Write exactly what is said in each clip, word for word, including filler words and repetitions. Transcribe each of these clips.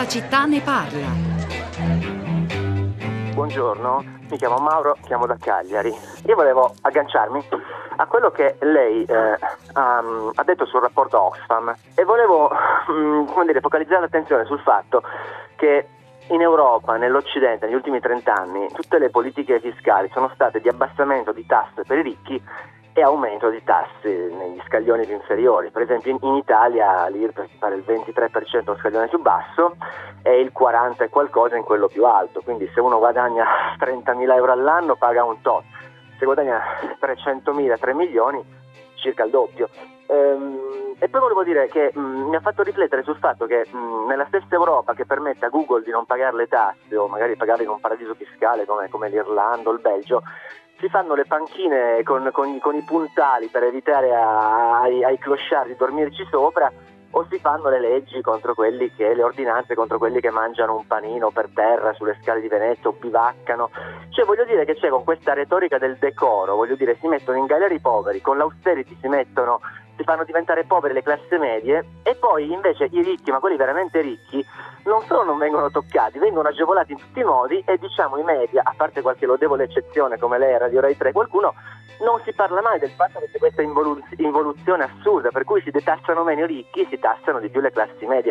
la città ne parla. Buongiorno, mi chiamo Mauro, chiamo da Cagliari. Io volevo agganciarmi a quello che lei eh, ha, ha detto sul rapporto Oxfam e volevo mh, come dire, focalizzare l'attenzione sul fatto che in Europa, nell'Occidente, negli ultimi trent'anni, tutte le politiche fiscali sono state di abbassamento di tasse per i ricchi e aumento di tasse negli scaglioni più inferiori. Per esempio in, in Italia l'I R P E F pare il ventitré per cento lo scaglione più basso e il quaranta e qualcosa in quello più alto, quindi se uno guadagna trentamila euro all'anno paga un tot, se guadagna trecentomila, tre milioni, circa il doppio. Ehm, e poi volevo dire che mh, mi ha fatto riflettere sul fatto che mh, nella stessa Europa che permette a Google di non pagare le tasse o magari pagarle in un paradiso fiscale come, come l'Irlanda o il Belgio, si fanno le panchine con, con, con i puntali per evitare a, ai, ai clochard di dormirci sopra, o si fanno le leggi contro quelli che, le ordinanze contro quelli che mangiano un panino per terra sulle scale di Venezia o bivaccano. Cioè voglio dire che c'è con questa retorica del decoro, voglio dire si mettono in galera i poveri, con l'austerity si mettono, si fanno diventare povere le classi medie e poi invece i ricchi, ma quelli veramente ricchi, non solo non vengono toccati, vengono agevolati in tutti i modi e diciamo i media, a parte qualche lodevole eccezione come lei, Radio Rai tre, qualcuno, non si parla mai del fatto che c'è questa involu- involuzione assurda per cui si detassano meno i ricchi, si tassano di più le classi medie.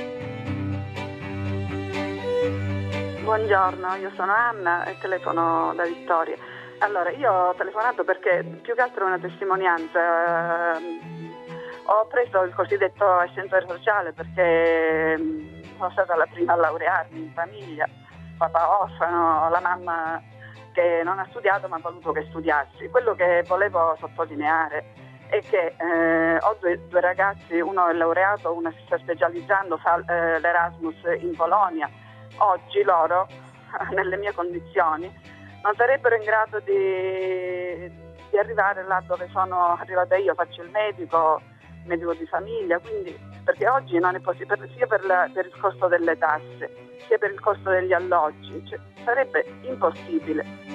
Buongiorno, io sono Anna e telefono da Vittoria. Allora, io ho telefonato perché più che altro è una testimonianza. Ho preso il cosiddetto ascensore sociale perché sono stata la prima a laurearmi in famiglia, papà orfano, la mamma che non ha studiato ma ha voluto che studiassi. Quello che volevo sottolineare è che eh, ho due, due ragazzi, uno è laureato, uno si sta specializzando, fa eh, l'Erasmus in Polonia. Oggi loro, nelle mie condizioni, non sarebbero in grado di, di arrivare là dove sono arrivata io, faccio il medico, medico di famiglia, quindi perché oggi non è possibile, sia per, la, per il costo delle tasse, sia per il costo degli alloggi, cioè, sarebbe impossibile.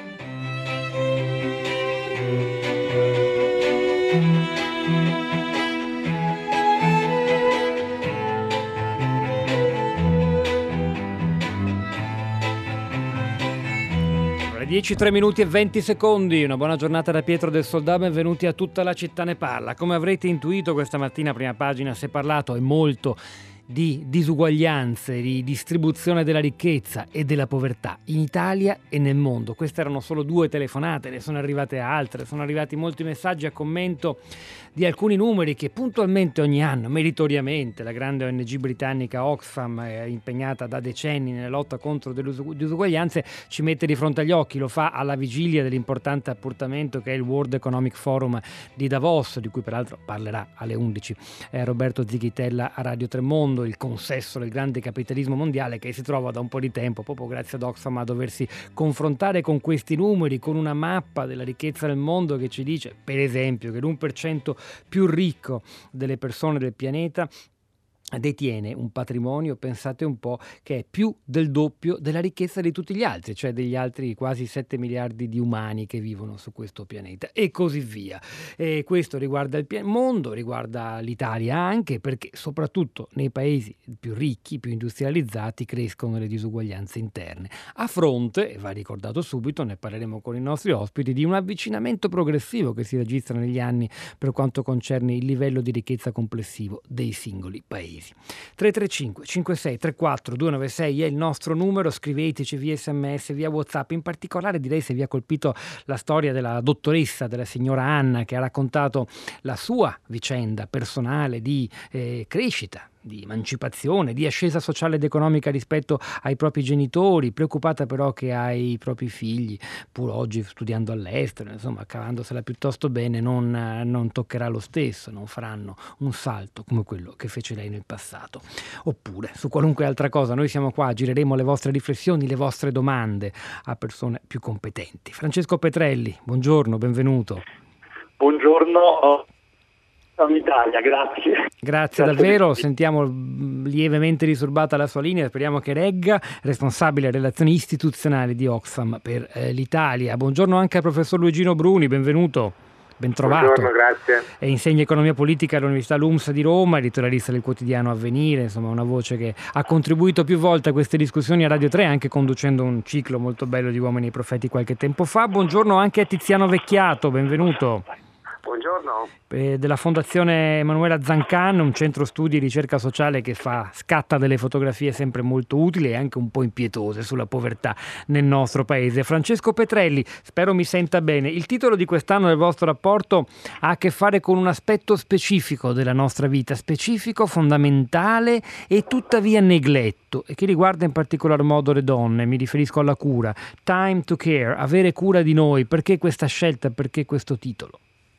dieci, tre minuti e venti secondi, una buona giornata da Pietro del Soldà, benvenuti a Tutta la città ne parla. Come avrete intuito questa mattina, prima pagina, si è parlato e molto di disuguaglianze, di distribuzione della ricchezza e della povertà in Italia e nel mondo. Queste erano solo due telefonate, ne sono arrivate altre, sono arrivati molti messaggi a commento di alcuni numeri che puntualmente ogni anno, meritoriamente, la grande O N G britannica Oxfam, è impegnata da decenni nella lotta contro le disuguaglianze, ci mette di fronte agli occhi. Lo fa alla vigilia dell'importante appuntamento che è il World Economic Forum di Davos, di cui peraltro parlerà alle undici eh, Roberto Zichitella a Radio Tremondo, il consesso del grande capitalismo mondiale che si trova da un po' di tempo, proprio grazie ad Oxfam, a doversi confrontare con questi numeri, con una mappa della ricchezza del mondo che ci dice, per esempio, che l'uno per cento più ricco delle persone del pianeta detiene un patrimonio, pensate un po', che è più del doppio della ricchezza di tutti gli altri, cioè degli altri quasi sette miliardi di umani che vivono su questo pianeta, e così via. E questo riguarda il mondo, riguarda l'Italia anche, perché soprattutto nei paesi più ricchi, più industrializzati, crescono le disuguaglianze interne, a fronte, e va ricordato subito, ne parleremo con i nostri ospiti, di un avvicinamento progressivo che si registra negli anni per quanto concerne il livello di ricchezza complessivo dei singoli paesi. tre tre cinque cinque sei tre quattro due nove sei è il nostro numero, scriveteci via sms, via WhatsApp. In particolare direi, se vi ha colpito la storia della dottoressa, della signora Anna, che ha raccontato la sua vicenda personale di eh, crescita, di emancipazione, di ascesa sociale ed economica rispetto ai propri genitori, preoccupata però che ai propri figli, pur oggi studiando all'estero, insomma cavandosela piuttosto bene, non, non toccherà lo stesso, non faranno un salto come quello che fece lei nel passato. Oppure su qualunque altra cosa, noi siamo qua, gireremo le vostre riflessioni, le vostre domande a persone più competenti. Francesco Petrelli, buongiorno, benvenuto. Buongiorno. In Italia, grazie. Grazie, grazie davvero, sentiamo lievemente disturbata la sua linea, speriamo che regga. Responsabile relazioni istituzionali di Oxfam per eh, l'Italia. Buongiorno anche al professor Luigino Bruni, benvenuto. ben trovato. Buongiorno, grazie. E insegna economia politica all'Università LUMSA di Roma, editorialista del quotidiano Avvenire, insomma una voce che ha contribuito più volte a queste discussioni a Radio tre, anche conducendo un ciclo molto bello di Uomini e Profeti qualche tempo fa. Buongiorno anche a Tiziano Vecchiato, benvenuto. Buongiorno. Della Fondazione Emanuela Zancan, un centro studi e ricerca sociale che fa scatta delle fotografie sempre molto utili e anche un po' impietose sulla povertà nel nostro paese. Francesco Petrelli, spero mi senta bene. Il titolo di quest'anno del vostro rapporto ha a che fare con un aspetto specifico della nostra vita, specifico, fondamentale e tuttavia negletto, e che riguarda in particolar modo le donne. Mi riferisco alla cura. Time to care, avere cura di noi. Perché questa scelta? Perché questo titolo?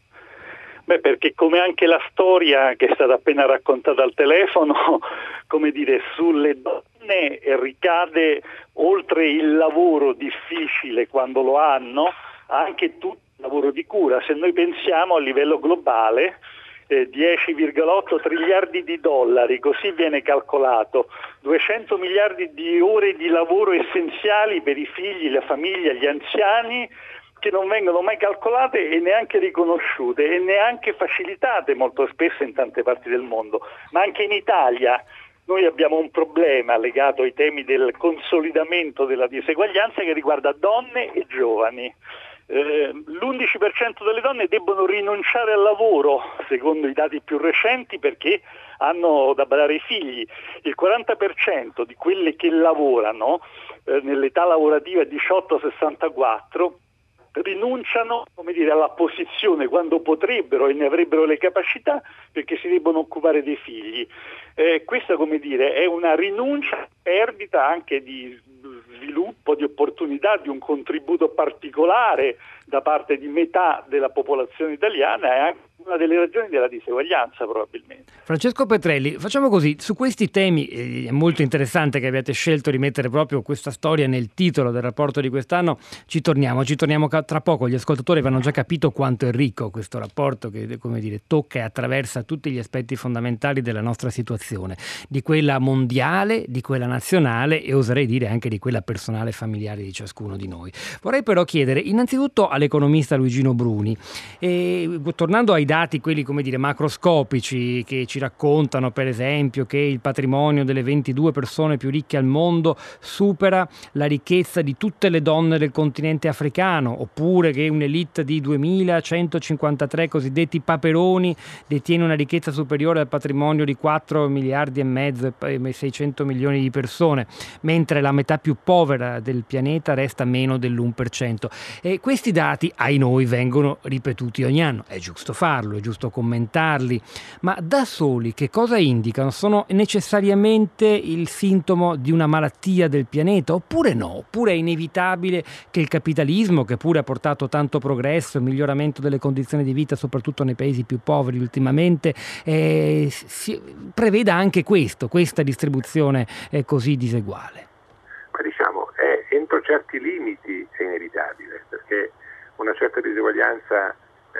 Beh, perché come anche la storia che è stata appena raccontata al telefono, come dire, sulle donne ricade, oltre il lavoro difficile quando lo hanno, anche tutto il lavoro di cura. Se noi pensiamo a livello globale, eh, dieci virgola otto triliardi di dollari, così viene calcolato, duecento miliardi di ore di lavoro essenziali per i figli, la famiglia, gli anziani, che non vengono mai calcolate e neanche riconosciute e neanche facilitate molto spesso in tante parti del mondo. Ma anche in Italia noi abbiamo un problema legato ai temi del consolidamento della diseguaglianza che riguarda donne e giovani. Eh, l'undici per cento delle donne debbono rinunciare al lavoro, secondo i dati più recenti, perché hanno da badare ai figli. Il quaranta per cento di quelle che lavorano eh, nell'età lavorativa diciotto sessantaquattro rinunciano, come dire, alla posizione quando potrebbero e ne avrebbero le capacità, perché si debbono occupare dei figli. Eh, questa, come dire, è una rinuncia, perdita anche di sviluppo, di opportunità, di un contributo particolare da parte di metà della popolazione italiana, è anche una delle ragioni della diseguaglianza probabilmente. Francesco Petrelli, facciamo così, su questi temi eh, è molto interessante che abbiate scelto di mettere proprio questa storia nel titolo del rapporto di quest'anno, ci torniamo, ci torniamo tra poco, gli ascoltatori avranno già capito quanto è ricco questo rapporto che, come dire, tocca e attraversa tutti gli aspetti fondamentali della nostra situazione, di quella mondiale, di quella nazionale e oserei dire anche di quella personale e familiare di ciascuno di noi. Vorrei però chiedere innanzitutto all'economista Luigino Bruni, e, tornando ai dati quelli, come dire, macroscopici che ci raccontano per esempio che il patrimonio delle ventidue persone più ricche al mondo supera la ricchezza di tutte le donne del continente africano, oppure che un'elite di duemilacentocinquantatré cosiddetti paperoni detiene una ricchezza superiore al patrimonio di quattro miliardi e mezzo e seicento milioni di persone, mentre la metà più povera del pianeta resta meno dell'uno per cento. E questi dati, ai noi, vengono ripetuti ogni anno, è giusto farlo, è giusto commentarli, ma da soli che cosa indicano? Sono necessariamente il sintomo di una malattia del pianeta oppure no? Oppure è inevitabile che il capitalismo, che pure ha portato tanto progresso e miglioramento delle condizioni di vita soprattutto nei paesi più poveri ultimamente, eh, si, preveda anche questo, questa distribuzione eh, così diseguale? Ma diciamo, è, entro certi limiti è inevitabile, perché una certa diseguaglianza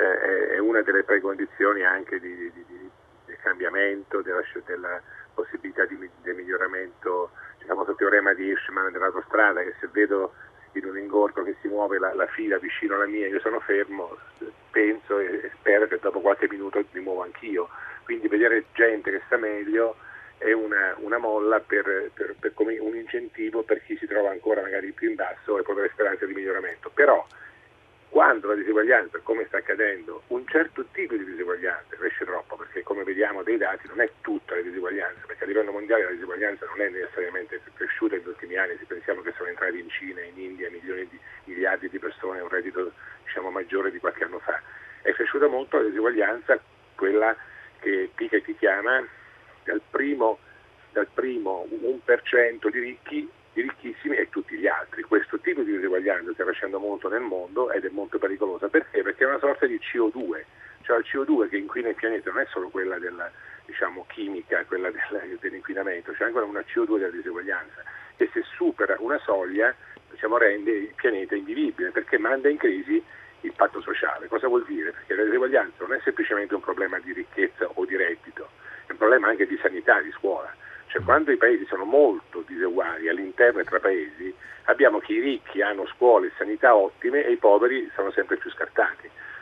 è una delle precondizioni anche di, di, di, del cambiamento, della, della possibilità di, di miglioramento. C'è il famoso teorema di Hirschman dell'autostrada, che se vedo in un ingorgo che si muove la, la fila vicino alla mia, io sono fermo, penso e spero che dopo qualche minuto mi muovo anch'io. Quindi vedere gente che sta meglio è una, una molla per, per, per come un incentivo per chi si trova ancora magari più in basso e può avere speranza di miglioramento. Però quando la diseguaglianza, come sta accadendo, un certo tipo di diseguaglianza cresce troppo, perché come vediamo dai dati non è tutta la diseguaglianza, perché a livello mondiale la diseguaglianza non è necessariamente cresciuta negli ultimi anni. Se pensiamo che sono entrati in Cina, in India milioni di miliardi di persone, un reddito diciamo maggiore di qualche anno fa, è cresciuta molto la diseguaglianza, quella che Piketty chiama dal primo dal primo uno per cento di ricchi i ricchissimi e tutti gli altri. Questo tipo di diseguaglianza sta crescendo molto nel mondo ed è molto pericolosa. Perché? Perché è una sorta di C O due, cioè il C O due che inquina il pianeta non è solo quella della diciamo chimica, quella del, dell'inquinamento, c'è anche una C O due della diseguaglianza che se supera una soglia diciamo rende il pianeta invivibile, perché manda in crisi il patto sociale. Cosa vuol dire? Perché la diseguaglianza non è semplicemente un problema di ricchezza o di reddito, è un problema anche di sanità, di scuola. Cioè quando i paesi sono molto diseguali all'interno e tra paesi, abbiamo che i ricchi hanno scuole e sanità ottime e i poveri sono sempre più scartati.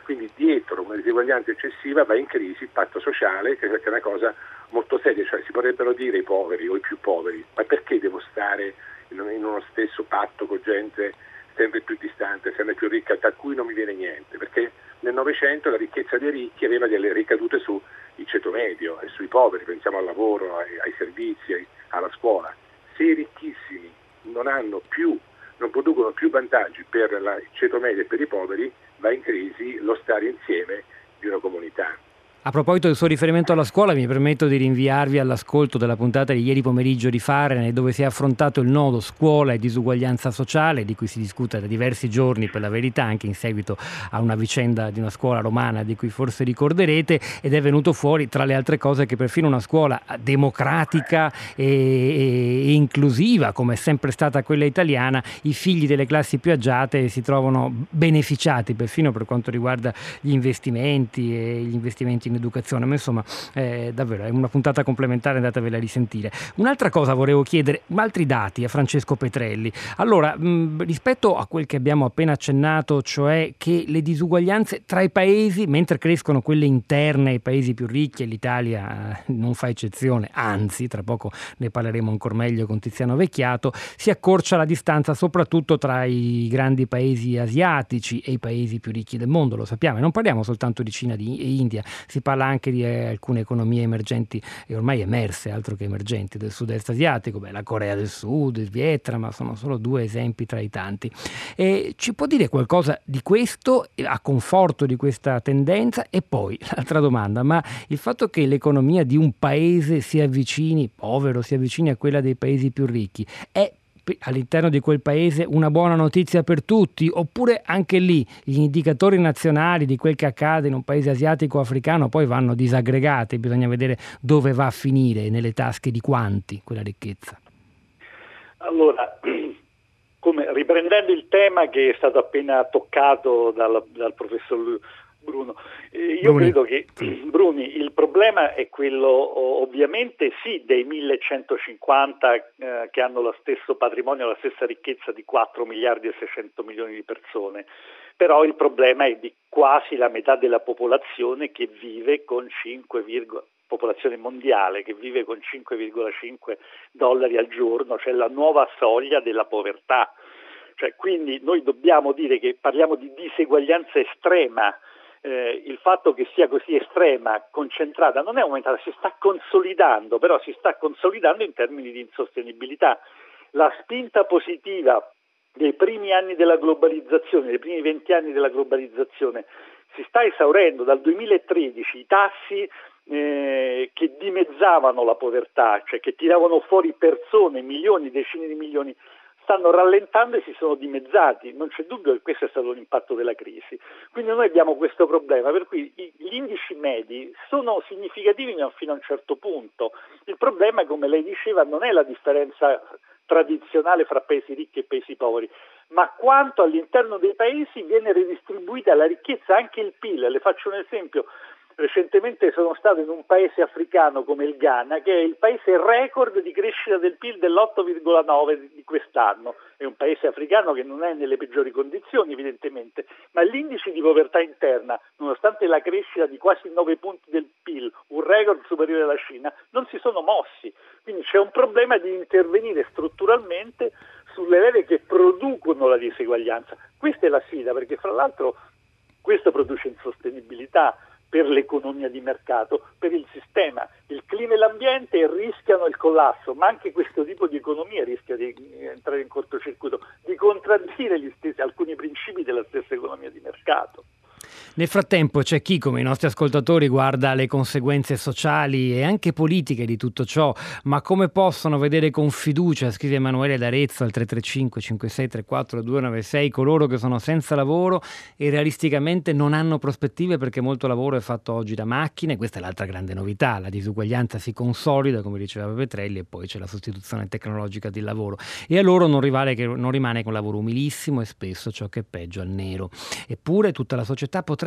Quindi dietro una diseguaglianza eccessiva va in crisi il patto sociale, che è una cosa molto seria, cioè si potrebbero dire i poveri o i più poveri, ma perché devo stare in uno stesso patto con gente sempre più distante, sempre più ricca, da cui non mi viene niente? Perché nel Novecento la ricchezza dei ricchi aveva delle ricadute sul ceto medio e sui poveri, pensiamo al lavoro, ai, ai servizi, ai, alla scuola. Se i ricchissimi non hanno più, non producono più vantaggi per la, il ceto medio e per i poveri, va in crisi lo stare insieme di una comunità. A proposito del suo riferimento alla scuola, mi permetto di rinviarvi all'ascolto della puntata di ieri pomeriggio di Fahrenheit, dove si è affrontato il nodo scuola e disuguaglianza sociale, di cui si discute da diversi giorni, per la verità, anche in seguito a una vicenda di una scuola romana di cui forse ricorderete, ed è venuto fuori, tra le altre cose, che perfino una scuola democratica e, e, e inclusiva, come è sempre stata quella italiana, i figli delle classi più agiate si trovano beneficiati, perfino per quanto riguarda gli investimenti e gli investimenti in educazione, ma insomma eh, davvero è una puntata complementare, andatevela a risentire. Un'altra cosa volevo chiedere, altri dati a Francesco Petrelli. Allora, mh, rispetto a quel che abbiamo appena accennato, cioè che le disuguaglianze tra i paesi, mentre crescono quelle interne ai paesi più ricchi, e l'Italia eh, non fa eccezione, anzi, tra poco ne parleremo ancora meglio con Tiziano Vecchiato, si accorcia la distanza soprattutto tra i grandi paesi asiatici e i paesi più ricchi del mondo, lo sappiamo, e non parliamo soltanto di Cina e India, si parla anche di eh, alcune economie emergenti e ormai emerse, altro che emergenti, del sud-est asiatico, beh, la Corea del Sud, il Vietnam, ma sono solo due esempi tra i tanti. E ci può dire qualcosa di questo, a conforto di questa tendenza? E poi, l'altra domanda, ma il fatto che l'economia di un paese si avvicini, povero, si avvicini a quella dei paesi più ricchi, è all'interno di quel paese una buona notizia per tutti, oppure anche lì gli indicatori nazionali di quel che accade in un paese asiatico o africano poi vanno disaggregati, bisogna vedere dove va a finire, nelle tasche di quanti quella ricchezza? Allora, come, riprendendo il tema che è stato appena toccato dal, dal professor Bruno, eh, io Bruni. credo che Bruni, il problema è quello ovviamente sì dei millecentocinquanta eh, che hanno lo stesso patrimonio, la stessa ricchezza di quattro miliardi e seicento milioni di persone, però il problema è di quasi la metà della popolazione che vive con cinque, popolazione mondiale che vive con cinque virgola cinque dollari al giorno, cioè la nuova soglia della povertà. Cioè, quindi noi dobbiamo dire che parliamo di diseguaglianza estrema. Eh, il fatto che sia così estrema, concentrata, non è aumentata, si sta consolidando, però si sta consolidando in termini di insostenibilità. La spinta positiva dei primi anni della globalizzazione, dei primi venti anni della globalizzazione, si sta esaurendo. Dal duemilatredici i tassi eh, che dimezzavano la povertà, cioè che tiravano fuori persone, milioni, decine di milioni, stanno rallentando e si sono dimezzati. Non c'è dubbio che questo è stato l'impatto della crisi. Quindi noi abbiamo questo problema, per cui gli indici medi sono significativi fino a un certo punto. Il problema, come lei diceva, non è la differenza tradizionale fra paesi ricchi e paesi poveri, ma quanto all'interno dei paesi viene redistribuita la ricchezza, anche il P I L. Le faccio un esempio. Recentemente sono stato in un paese africano come il Ghana, che è il paese record di crescita del P I L dell'otto virgola nove di quest'anno. È un paese africano che non è nelle peggiori condizioni, evidentemente, ma l'indice di povertà interna, nonostante la crescita di quasi nove punti del P I L, un record superiore alla Cina, non si sono mossi. Quindi c'è un problema di intervenire strutturalmente sulle leve che producono la diseguaglianza. Questa è la sfida, perché fra l'altro questo produce insostenibilità per l'economia di mercato, per il sistema. Il clima e l'ambiente rischiano il collasso, ma anche questo tipo di economia rischia di entrare in cortocircuito, di contraddire gli stessi, alcuni principi della stessa economia di mercato. Nel frattempo c'è chi, come i nostri ascoltatori, guarda le conseguenze sociali e anche politiche di tutto ciò, ma come possono vedere con fiducia, scrive Emanuele d'Arezzo al tre tre cinque cinque sei tre quattro due nove sei, coloro che sono senza lavoro e realisticamente non hanno prospettive, perché molto lavoro è fatto oggi da macchine. Questa è l'altra grande novità, la disuguaglianza si consolida, come diceva Petrelli, e poi c'è la sostituzione tecnologica del lavoro, e a loro non, rivale che, non rimane che un lavoro umilissimo e spesso, ciò che è peggio, al nero. Eppure tutta la società potrebbe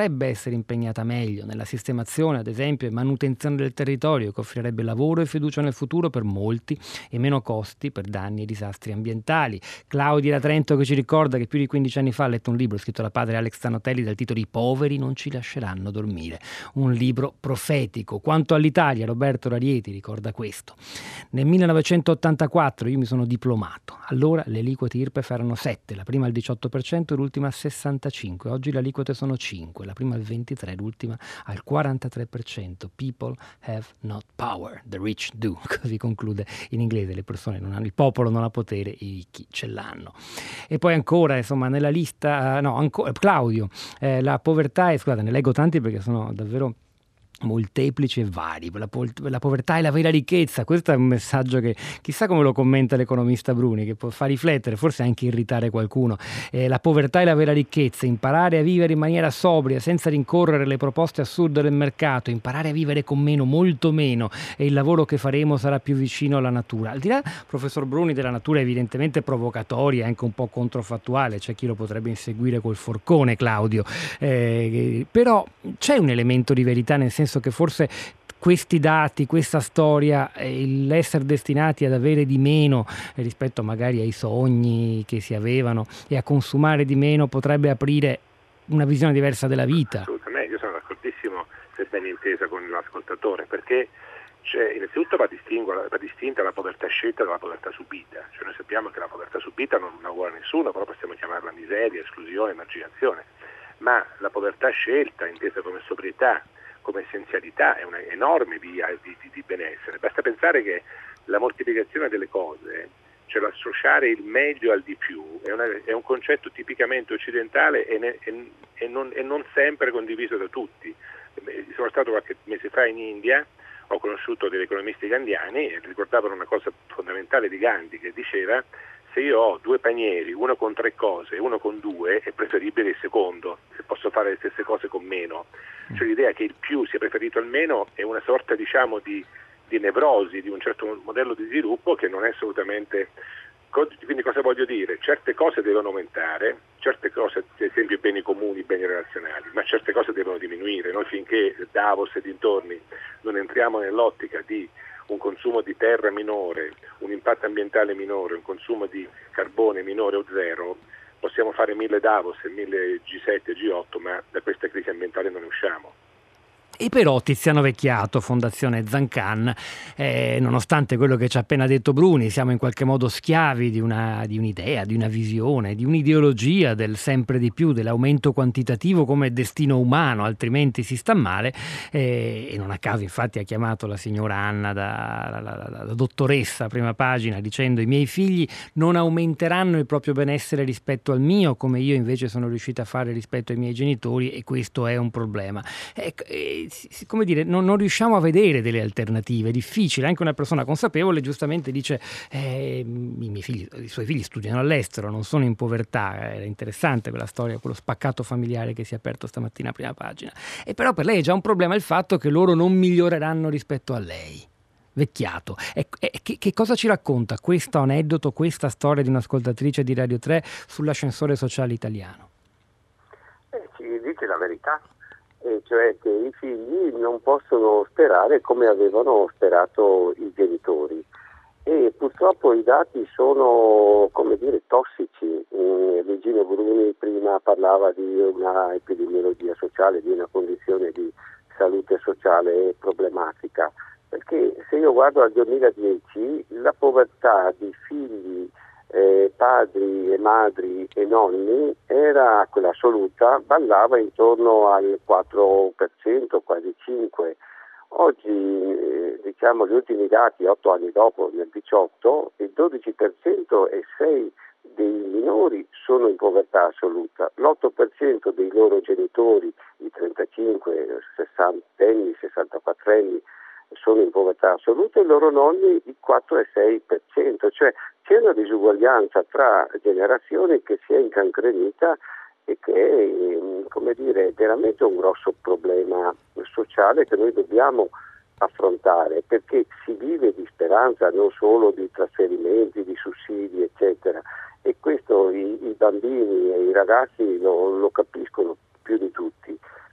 potrebbe essere impegnata meglio nella sistemazione, ad esempio, e manutenzione del territorio, che offrirebbe lavoro e fiducia nel futuro per molti e meno costi per danni e disastri ambientali. Claudia da Trento che ci ricorda che più di quindici anni fa ha letto un libro scritto da padre Alex Stanotelli dal titolo I poveri non ci lasceranno dormire, un libro profetico. Quanto all'Italia, Roberto Rarieti ricorda questo: nel millenovecentottantaquattro io mi sono diplomato, allora le aliquote I R P E F erano sette, la prima al diciotto per cento e l'ultima al sessantacinque per cento, oggi le aliquote sono cinque, la prima al ventitré per cento, l'ultima al quarantatré per cento. People have not power, the rich do, così conclude in inglese, le persone non hanno, il popolo non ha potere, i ricchi ce l'hanno. E poi ancora, insomma, nella lista, no, ancora, Claudio, eh, la povertà, e scusate, ne leggo tanti perché sono davvero molteplici e vari. La, po- la povertà è la vera ricchezza. Questo è un messaggio che chissà come lo commenta l'economista Bruni, che può far riflettere, forse anche irritare qualcuno. Eh, la povertà è la vera ricchezza, imparare a vivere in maniera sobria senza rincorrere le proposte assurde del mercato, imparare a vivere con meno, molto meno, e il lavoro che faremo sarà più vicino alla natura. Al di là, professor Bruni, della natura evidentemente provocatoria e anche un po' controfattuale, c'è chi lo potrebbe inseguire col forcone, Claudio, eh, però c'è un elemento di verità, nel senso che forse questi dati, questa storia, l'essere destinati ad avere di meno rispetto magari ai sogni che si avevano e a consumare di meno potrebbe aprire una visione diversa della vita. Assolutamente, io sono d'accordissimo, se ben intesa con l'ascoltatore, perché cioè, innanzitutto va, va distinta la povertà scelta dalla povertà subita. Cioè, noi sappiamo che la povertà subita non la vuole nessuno, però possiamo chiamarla miseria, esclusione, emarginazione, ma la povertà scelta, intesa come sobrietà, come essenzialità, è una enorme via di, di, di benessere. Basta pensare che la moltiplicazione delle cose, cioè l'associare il meglio al di più, è, una, è un concetto tipicamente occidentale e, ne, e, e, non, e non sempre condiviso da tutti. Sono stato qualche mese fa in India, ho conosciuto degli economisti gandhiani e ricordavano una cosa fondamentale di Gandhi, che diceva: se io ho due panieri, uno con tre cose e uno con due, è preferibile il secondo, se posso fare le stesse cose con meno. Cioè l'idea che il più sia preferito al meno è una sorta, diciamo, di, di nevrosi, di un certo modello di sviluppo che non è assolutamente... Quindi cosa voglio dire? Certe cose devono aumentare, certe cose, ad esempio i beni comuni, i beni relazionali, ma certe cose devono diminuire. Noi finché Davos e dintorni non entriamo nell'ottica di un consumo di terra minore, un impatto ambientale minore, un consumo di carbone minore o zero, possiamo fare mille Davos e mille G sette e G otto, ma da questa crisi ambientale non ne usciamo. E però Tiziano Vecchiato, Fondazione Zancan, eh, nonostante quello che ci ha appena detto Bruni, siamo in qualche modo schiavi di, una, di un'idea, di una visione, di un'ideologia del sempre di più, dell'aumento quantitativo come destino umano, altrimenti si sta male, eh, e non a caso infatti ha chiamato la signora Anna, da, la, la, la, la dottoressa, prima pagina, dicendo: i miei figli non aumenteranno il proprio benessere rispetto al mio, come io invece sono riuscita a fare rispetto ai miei genitori, e questo è un problema. Ecco, eh, come dire, non, non riusciamo a vedere delle alternative, è difficile. Anche una persona consapevole giustamente dice: eh, i miei figli, i suoi figli studiano all'estero, non sono in povertà. Era interessante quella storia, quello spaccato familiare che si è aperto stamattina a prima pagina. E però per lei è già un problema il fatto che loro non miglioreranno rispetto a lei. Vecchiato, e, e, che, che cosa ci racconta questo aneddoto, questa storia di un'ascoltatrice di Radio tre sull'ascensore sociale italiano? Eh, ci dice la verità. E cioè che i figli non possono sperare come avevano sperato i genitori, e purtroppo i dati sono, come dire, tossici. eh, Virginia Bruni prima parlava di una epidemiologia sociale, di una condizione di salute sociale problematica, perché se io guardo al duemiladieci la povertà di figli, Eh, padri e madri e nonni era quella assoluta, ballava intorno al quattro per cento, quasi cinque per cento. Oggi, eh, diciamo, gli ultimi dati, otto anni dopo, nel diciotto, il dodici per cento e sei dei minori sono in povertà assoluta, l'otto per cento dei loro genitori, i trentacinque, sessantenni, sessantaquattrenni, sono in povertà assoluta, e i loro nonni il quattro e sei per cento, cioè c'è una disuguaglianza tra generazioni che si è incancrenita e che è, come dire, è veramente un grosso problema sociale che noi dobbiamo affrontare, perché si vive di speranza, non solo di trasferimenti, di sussidi, eccetera, e questo i, i bambini e i ragazzi lo, lo capiscono più di tutti.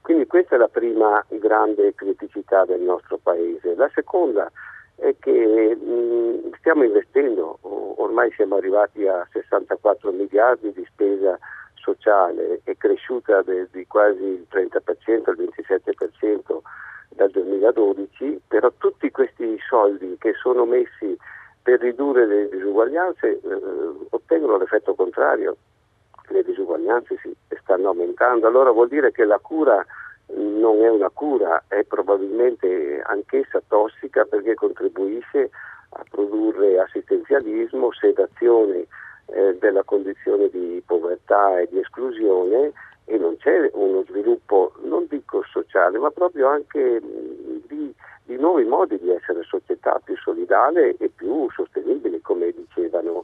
Quindi questa è la prima grande criticità del nostro paese. La seconda è che mh, stiamo investendo, ormai siamo arrivati a sessantaquattro miliardi di spesa sociale, è cresciuta de, di quasi il trenta per cento al ventisette per cento dal duemiladodici, però tutti questi soldi che sono messi per ridurre le disuguaglianze eh, ottengono l'effetto contrario, le disuguaglianze si stanno aumentando, allora vuol dire che la cura non è una cura, è probabilmente anch'essa tossica perché contribuisce a produrre assistenzialismo, sedazione eh, della condizione di povertà e di esclusione, e non c'è uno sviluppo, non dico sociale, ma proprio anche di, di nuovi modi di essere società più solidale e più sostenibile, come dicevano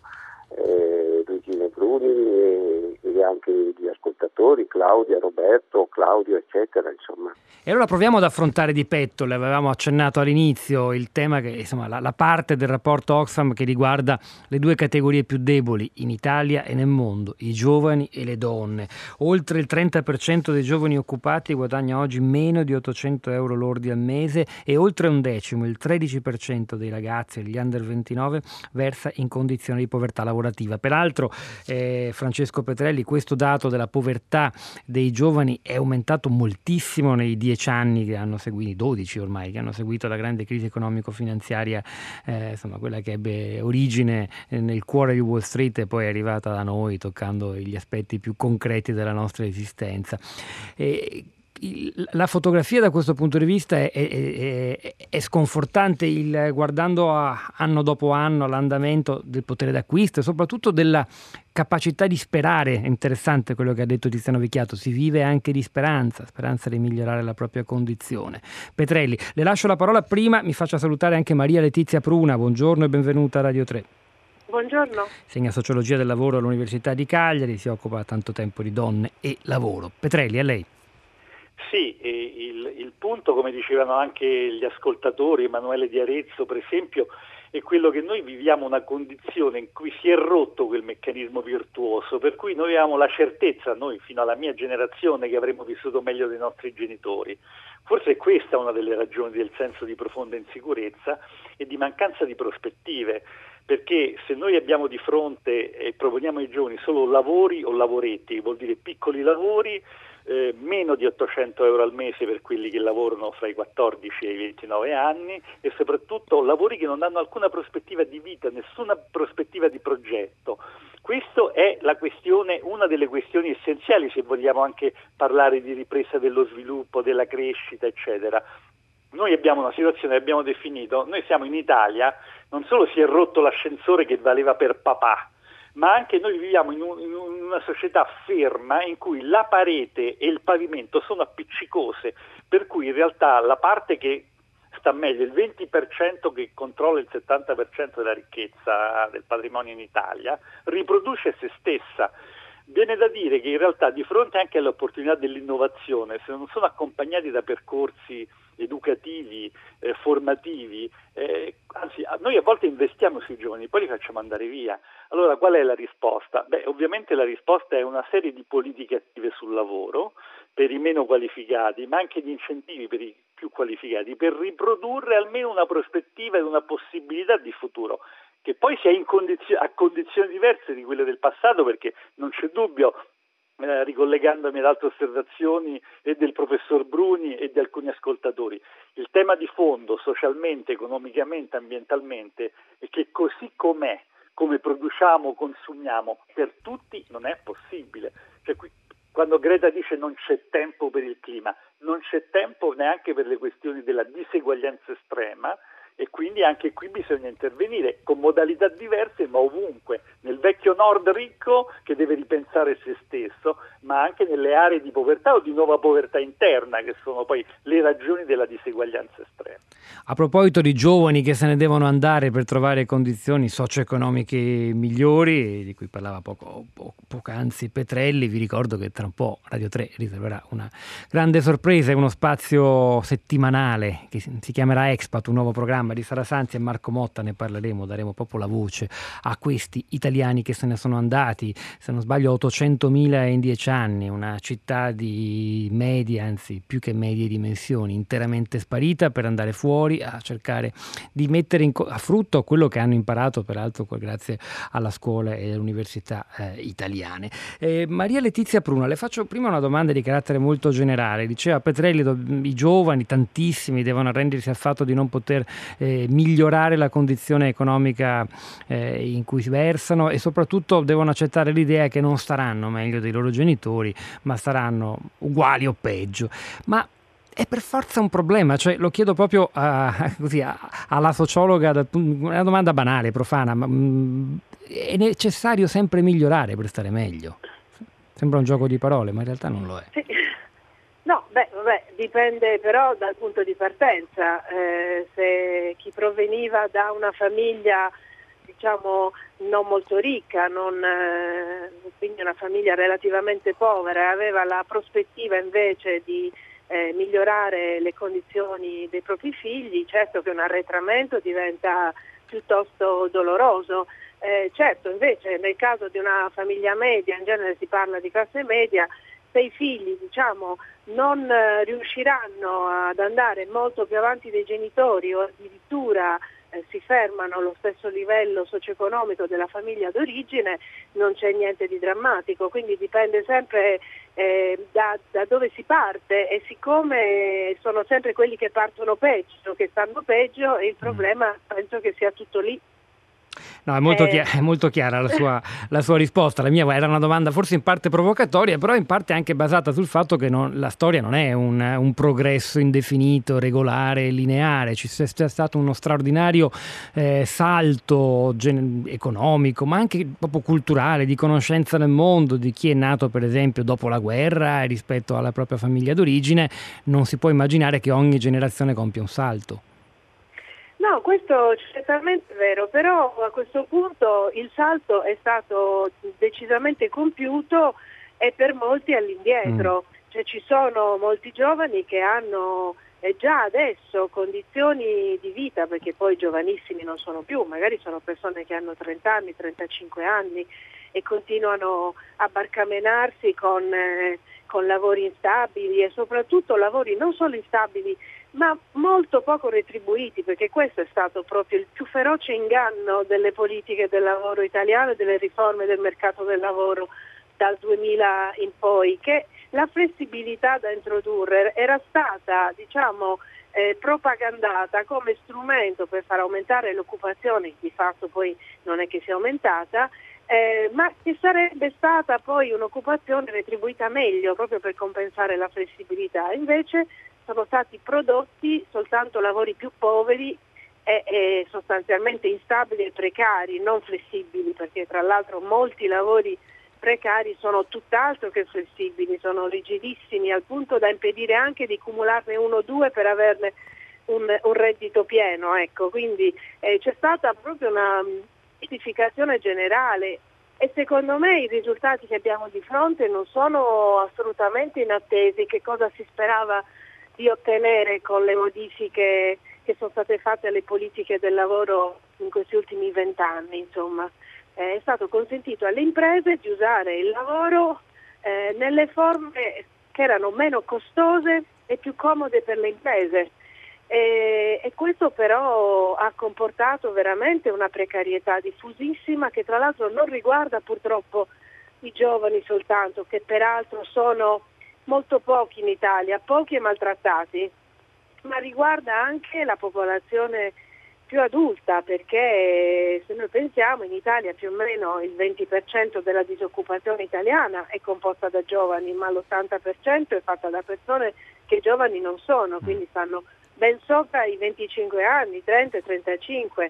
eh, Luigino Bruni e, e anche gli ascoltatori, Claudia, Roberto, Claudio, eccetera, insomma. E allora proviamo ad affrontare di petto, le avevamo accennato all'inizio, il tema che insomma la, la parte del rapporto Oxfam che riguarda le due categorie più deboli in Italia e nel mondo, i giovani e le donne. Oltre il trenta per cento dei giovani occupati guadagna oggi meno di ottocento euro lordi al mese e oltre un decimo, il tredici per cento dei ragazzi, gli under ventinove, versa in condizioni di povertà lavorativa. Peraltro, eh, Francesco Petrelli, questo dato della povertà dei giovani è aumentato moltissimo nei dieci anni che hanno seguito, dodici ormai, che hanno seguito la grande crisi economico-finanziaria, eh, insomma quella che ebbe origine nel cuore di Wall Street e poi è arrivata da noi toccando gli aspetti più concreti della nostra esistenza. E la fotografia da questo punto di vista è, è, è, è sconfortante, il, guardando a, anno dopo anno l'andamento del potere d'acquisto e soprattutto della capacità di sperare. È interessante quello che ha detto Tiziano Vicchiato, si vive anche di speranza, speranza di migliorare la propria condizione. Petrelli, le lascio la parola, prima mi faccia salutare anche Maria Letizia Pruna, buongiorno e benvenuta a Radio tre. Buongiorno. Insegna sociologia del lavoro all'Università di Cagliari, si occupa da tanto tempo di donne e lavoro. Petrelli, a lei. Sì, il, il punto, come dicevano anche gli ascoltatori, Emanuele di Arezzo per esempio, è quello che noi viviamo una condizione in cui si è rotto quel meccanismo virtuoso, per cui noi avevamo la certezza, noi fino alla mia generazione, che avremmo vissuto meglio dei nostri genitori. Forse è questa una delle ragioni del senso di profonda insicurezza e di mancanza di prospettive, perché se noi abbiamo di fronte e proponiamo ai giovani solo lavori o lavoretti, vuol dire piccoli lavori, Eh, meno di ottocento euro al mese per quelli che lavorano fra i quattordici e i ventinove anni e soprattutto lavori che non hanno alcuna prospettiva di vita, nessuna prospettiva di progetto. Questa è la questione, una delle questioni essenziali se vogliamo anche parlare di ripresa dello sviluppo, della crescita, eccetera. Noi abbiamo una situazione che abbiamo definito, noi siamo in Italia, non solo si è rotto l'ascensore che valeva per papà, ma anche noi viviamo in, un, in una società ferma in cui la parete e il pavimento sono appiccicose, per cui in realtà la parte che sta meglio, il venti per cento che controlla il settanta per cento della ricchezza del patrimonio in Italia, riproduce se stessa. Viene da dire che in realtà di fronte anche alle opportunità dell'innovazione, se non sono accompagnati da percorsi educativi, eh, formativi, eh, anzi noi a volte investiamo sui giovani, poi li facciamo andare via. Allora qual è la risposta? Beh, ovviamente la risposta è una serie di politiche attive sul lavoro per i meno qualificati, ma anche di incentivi per i più qualificati, per riprodurre almeno una prospettiva e una possibilità di futuro, che poi sia in condizio- a condizioni diverse di quelle del passato, perché non c'è dubbio, eh, ricollegandomi ad altre osservazioni e del professor Bruni e di alcuni ascoltatori, il tema di fondo socialmente, economicamente, ambientalmente è che così com'è, come produciamo, consumiamo, per tutti non è possibile. Cioè, qui, quando Greta dice non c'è tempo per il clima, non c'è tempo neanche per le questioni della diseguaglianza estrema, e quindi anche qui bisogna intervenire con modalità diverse ma ovunque, nel vecchio nord ricco che deve ripensare se stesso, ma anche nelle aree di povertà o di nuova povertà interna che sono poi le ragioni della diseguaglianza estrema. A proposito di giovani che se ne devono andare per trovare condizioni socio-economiche migliori, di cui parlava poco, po- poc'anzi Petrelli, vi ricordo che tra un po' Radio tre riserverà una grande sorpresa e uno spazio settimanale che si chiamerà Expat, un nuovo programma programma di Sara Sanzi e Marco Motta ne parleremo, daremo proprio la voce a questi italiani che se ne sono andati, se non sbaglio ottocentomila in dieci anni, una città di medie, anzi più che medie dimensioni, interamente sparita per andare fuori a cercare di mettere in co- a frutto quello che hanno imparato, peraltro grazie alla scuola e alle università eh, italiane. Eh, Maria Letizia Pruna, le faccio prima una domanda di carattere molto generale. Diceva Petrelli, do, i giovani, tantissimi, devono arrendersi al fatto di non poter eh, migliorare la condizione economica eh, in cui si versano e soprattutto devono accettare l'idea che non staranno meglio dei loro genitori, ma staranno uguali o peggio. Ma è per forza un problema, cioè lo chiedo proprio a, così, a, alla sociologa, da, una domanda banale, profana, ma mh, è necessario sempre migliorare per stare meglio? Sembra un gioco di parole, ma in realtà non lo è. Sì. No, beh, vabbè, dipende però dal punto di partenza. Eh, se chi proveniva da una famiglia, diciamo, non molto ricca, non, eh, quindi una famiglia relativamente povera, e aveva la prospettiva invece di eh, migliorare le condizioni dei propri figli, certo che un arretramento diventa piuttosto doloroso. Eh, certo, invece nel caso di una famiglia media, in genere si parla di classe media, se i figli, diciamo, non eh, riusciranno ad andare molto più avanti dei genitori o addirittura eh, si fermano allo stesso livello socio-economico della famiglia d'origine, non c'è niente di drammatico, quindi dipende sempre eh, da, da dove si parte, e siccome sono sempre quelli che partono peggio, che stanno peggio, il problema penso che sia tutto lì. No, è molto, Eh. chiara, è molto chiara la sua, la sua risposta. La mia era una domanda forse in parte provocatoria, però in parte anche basata sul fatto che non, la storia non è un, un progresso indefinito, regolare, lineare. Ci sia stato uno straordinario eh, salto gen- economico, ma anche proprio culturale, di conoscenza del mondo, di chi è nato per esempio dopo la guerra e rispetto alla propria famiglia d'origine. Non si può immaginare che ogni generazione compia un salto. No, questo è certamente vero, però a questo punto il salto è stato decisamente compiuto e per molti all'indietro. Mm. Cioè ci sono molti giovani che hanno eh, già adesso condizioni di vita, perché poi giovanissimi non sono più, magari sono persone che hanno trenta anni, trentacinque anni e continuano a barcamenarsi con, eh, con lavori instabili e soprattutto lavori non solo instabili, ma molto poco retribuiti, perché questo è stato proprio il più feroce inganno delle politiche del lavoro italiane e delle riforme del mercato del lavoro dal duemila in poi, che la flessibilità da introdurre era stata, diciamo, eh, propagandata come strumento per far aumentare l'occupazione, di fatto poi non è che sia aumentata, eh, ma che sarebbe stata poi un'occupazione retribuita meglio proprio per compensare la flessibilità. Invece sono stati prodotti soltanto lavori più poveri e, e sostanzialmente instabili e precari, non flessibili, perché tra l'altro molti lavori precari sono tutt'altro che flessibili, sono rigidissimi al punto da impedire anche di cumularne uno o due per averne un, un reddito pieno. Ecco, quindi eh, c'è stata proprio una edificazione generale e secondo me i risultati che abbiamo di fronte non sono assolutamente inattesi. Che cosa si sperava di ottenere con le modifiche che sono state fatte alle politiche del lavoro in questi ultimi vent'anni? Insomma, eh, è stato consentito alle imprese di usare il lavoro eh, nelle forme che erano meno costose e più comode per le imprese. E, e questo però ha comportato veramente una precarietà diffusissima, che tra l'altro non riguarda purtroppo i giovani soltanto, che peraltro sono molto pochi in Italia, pochi e maltrattati, ma riguarda anche la popolazione più adulta, perché se noi pensiamo in Italia più o meno il venti per cento della disoccupazione italiana è composta da giovani, ma l'ottanta per cento è fatta da persone che giovani non sono, quindi stanno ben sopra i venticinque anni, trenta, trentacinque.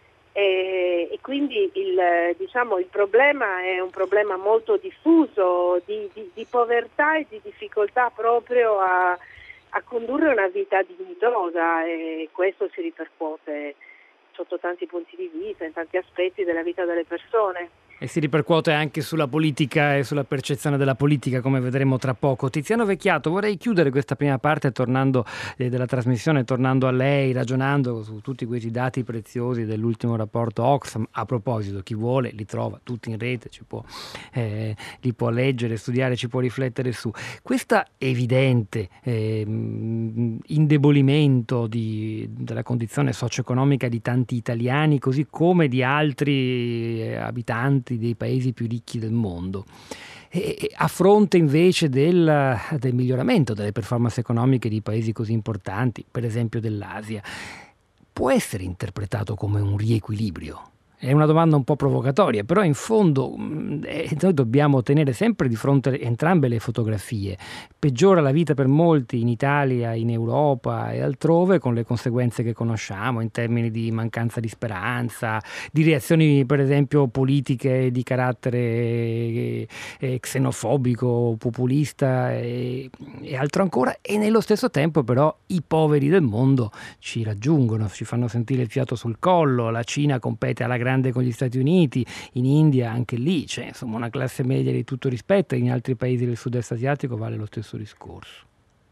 E, e quindi il, diciamo, il problema è un problema molto diffuso di, di, di povertà e di difficoltà proprio a, a condurre una vita dignitosa, e questo si ripercuote sotto tanti punti di vista, in tanti aspetti della vita delle persone. E si ripercuote anche sulla politica e sulla percezione della politica, come vedremo tra poco. Tiziano Vecchiato, vorrei chiudere questa prima parte tornando eh, della trasmissione, tornando a lei, ragionando su tutti questi dati preziosi dell'ultimo rapporto Oxfam. A proposito, chi vuole li trova tutti in rete, ci può, eh, li può leggere, studiare, ci può riflettere su. Questa evidente eh, indebolimento di, della condizione socio-economica di tanti italiani, così come di altri eh, abitanti dei paesi più ricchi del mondo, e, e a fronte invece del, del miglioramento delle performance economiche di paesi così importanti, per esempio dell'Asia, può essere interpretato come un riequilibrio? È una domanda un po' provocatoria, però in fondo eh, noi dobbiamo tenere sempre di fronte entrambe le fotografie. Peggiora la vita per molti in Italia, in Europa e altrove, con le conseguenze che conosciamo in termini di mancanza di speranza, di reazioni per esempio politiche di carattere eh, eh, xenofobico, populista e, e altro ancora, e nello stesso tempo però i poveri del mondo ci raggiungono, ci fanno sentire il fiato sul collo. La Cina compete alla grande con gli Stati Uniti, in India anche lì c'è insomma una classe media di tutto rispetto, in altri paesi del sud-est asiatico vale lo stesso discorso.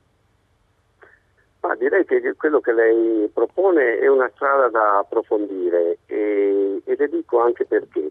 Ma direi che quello che lei propone è una strada da approfondire e, e le dico anche perché.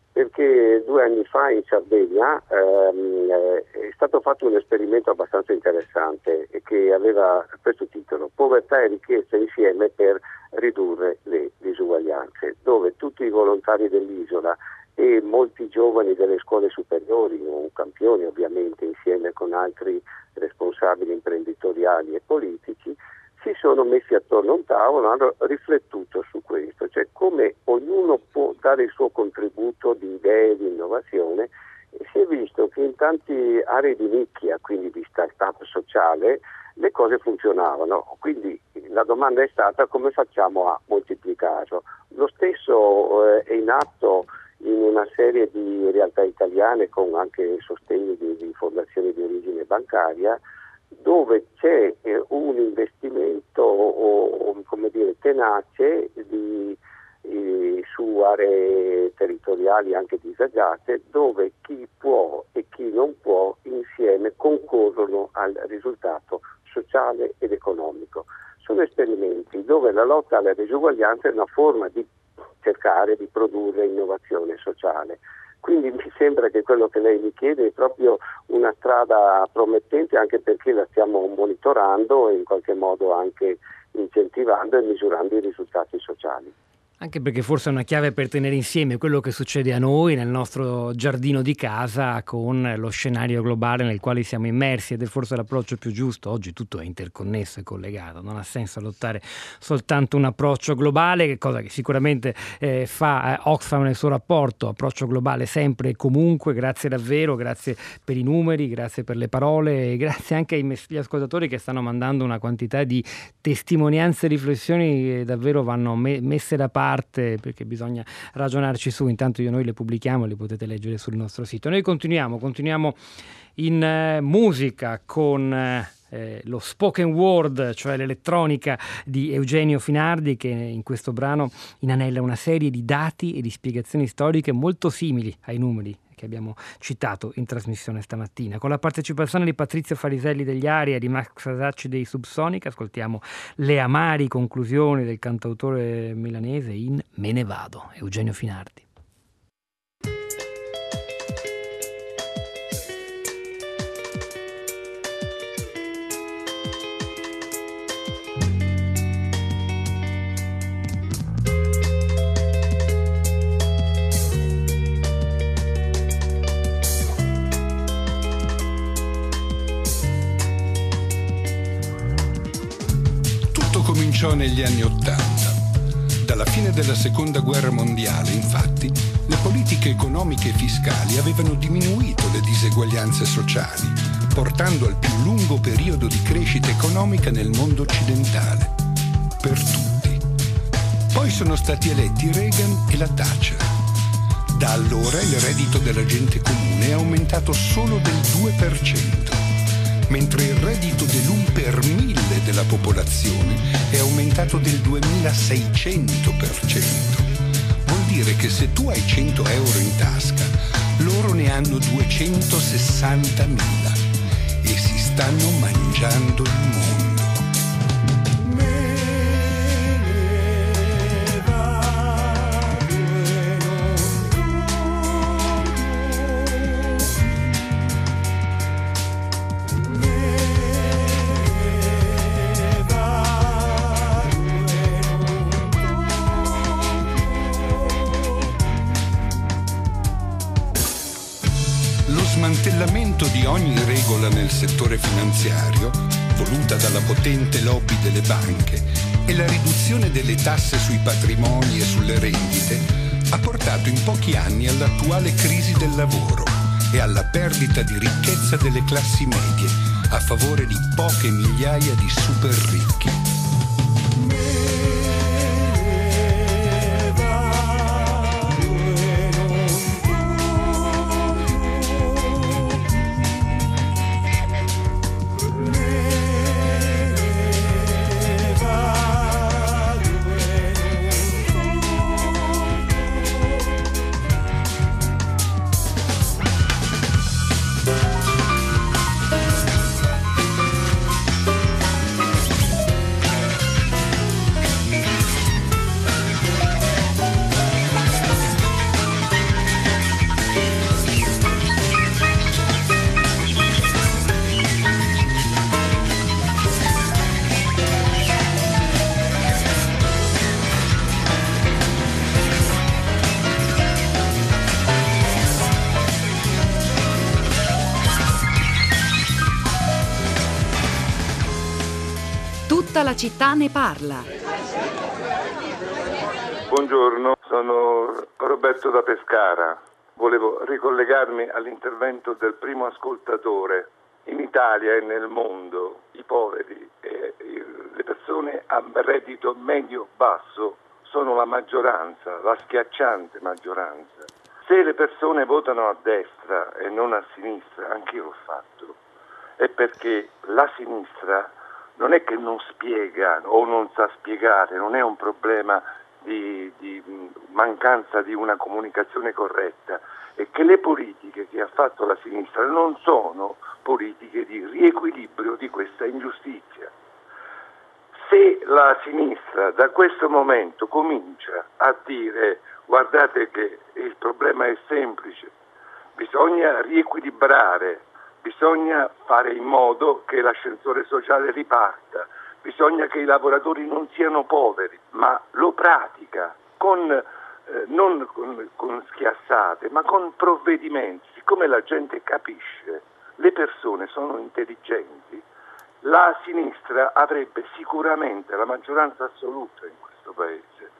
Perché due anni fa in Sardegna ehm, è stato fatto un esperimento abbastanza interessante che aveva questo titolo: Povertà e ricchezza insieme per ridurre le disuguaglianze, dove tutti i volontari dell'isola e molti giovani delle scuole superiori, un campione ovviamente insieme con altri responsabili imprenditoriali e politici, si sono messi attorno a un tavolo, hanno riflettuto su questo, cioè come ognuno può dare il suo contributo di idee, di innovazione, e si è visto che in tante aree di nicchia, quindi di start-up sociale, le cose funzionavano. Quindi la domanda è stata: come facciamo a moltiplicarlo? Lo stesso eh, è in atto in una serie di realtà italiane con anche sostegni di, di fondazioni di origine bancaria, dove c'è eh, un investimento o, o come dire tenace di, eh, su aree territoriali anche disagiate, dove chi può e chi non può insieme concorrono al risultato sociale ed economico. Sono esperimenti dove la lotta alla disuguaglianza è una forma di cercare di produrre innovazione sociale. Quindi mi sembra che quello che lei mi chiede è proprio una strada promettente, anche perché la stiamo monitorando e in qualche modo anche incentivando e misurando i risultati sociali. Anche perché forse è una chiave per tenere insieme quello che succede a noi nel nostro giardino di casa con lo scenario globale nel quale siamo immersi, ed è forse l'approccio più giusto. Oggi tutto è interconnesso e collegato, non ha senso adottare soltanto un approccio globale, che cosa che sicuramente eh, fa eh, Oxfam nel suo rapporto, approccio globale sempre e comunque. Grazie davvero, grazie per i numeri, grazie per le parole e grazie anche agli ascoltatori che stanno mandando una quantità di testimonianze e riflessioni che davvero vanno me- messe da parte, perché bisogna ragionarci su. Intanto io noi le pubblichiamo, le potete leggere sul nostro sito. Noi continuiamo, continuiamo in eh, musica con eh, lo spoken word, cioè l'elettronica di Eugenio Finardi, che in questo brano inanella una serie di dati e di spiegazioni storiche molto simili ai numeri che abbiamo citato in trasmissione stamattina. Con la partecipazione di Patrizio Fariselli degli Aria e di Max Casacci dei Subsonica, ascoltiamo le amari conclusioni del cantautore milanese in Me ne vado, Eugenio Finardi. Cominciò negli anni Ottanta. Dalla fine della Seconda Guerra Mondiale, infatti, le politiche economiche e fiscali avevano diminuito le diseguaglianze sociali, portando al più lungo periodo di crescita economica nel mondo occidentale. Per tutti. Poi sono stati eletti Reagan e la Thatcher. Da allora il reddito della gente comune è aumentato solo del due per cento. Mentre il reddito dell'un per mille della popolazione è aumentato del duemilaseicento per cento. Vuol dire dire che se tu hai cento euro in tasca, loro ne hanno duecentosessantamila e si stanno mangiando il mondo. Smantellamento di ogni regola nel settore finanziario, voluta dalla potente lobby delle banche, e la riduzione delle tasse sui patrimoni e sulle rendite ha portato in pochi anni all'attuale crisi del lavoro e alla perdita di ricchezza delle classi medie a favore di poche migliaia di super ricchi. Tutta la città ne parla. Buongiorno, sono Roberto da Pescara. Volevo ricollegarmi all'intervento del primo ascoltatore. In Italia e nel mondo i poveri e le persone a reddito medio-basso sono la maggioranza, la schiacciante maggioranza. Se le persone votano a destra e non a sinistra, anch'io l'ho fatto, è perché la sinistra non è che non spiega o non sa spiegare, non è un problema di, di mancanza di una comunicazione corretta, è che le politiche che ha fatto la sinistra non sono politiche di riequilibrio di questa ingiustizia. Se la sinistra da questo momento comincia a dire guardate che il problema è semplice, bisogna riequilibrare, bisogna fare in modo che l'ascensore sociale riparta, bisogna che i lavoratori non siano poveri, ma lo pratica con, eh, non con, con schiassate, ma con provvedimenti. Siccome la gente capisce, le persone sono intelligenti, la sinistra avrebbe sicuramente la maggioranza assoluta in questo paese.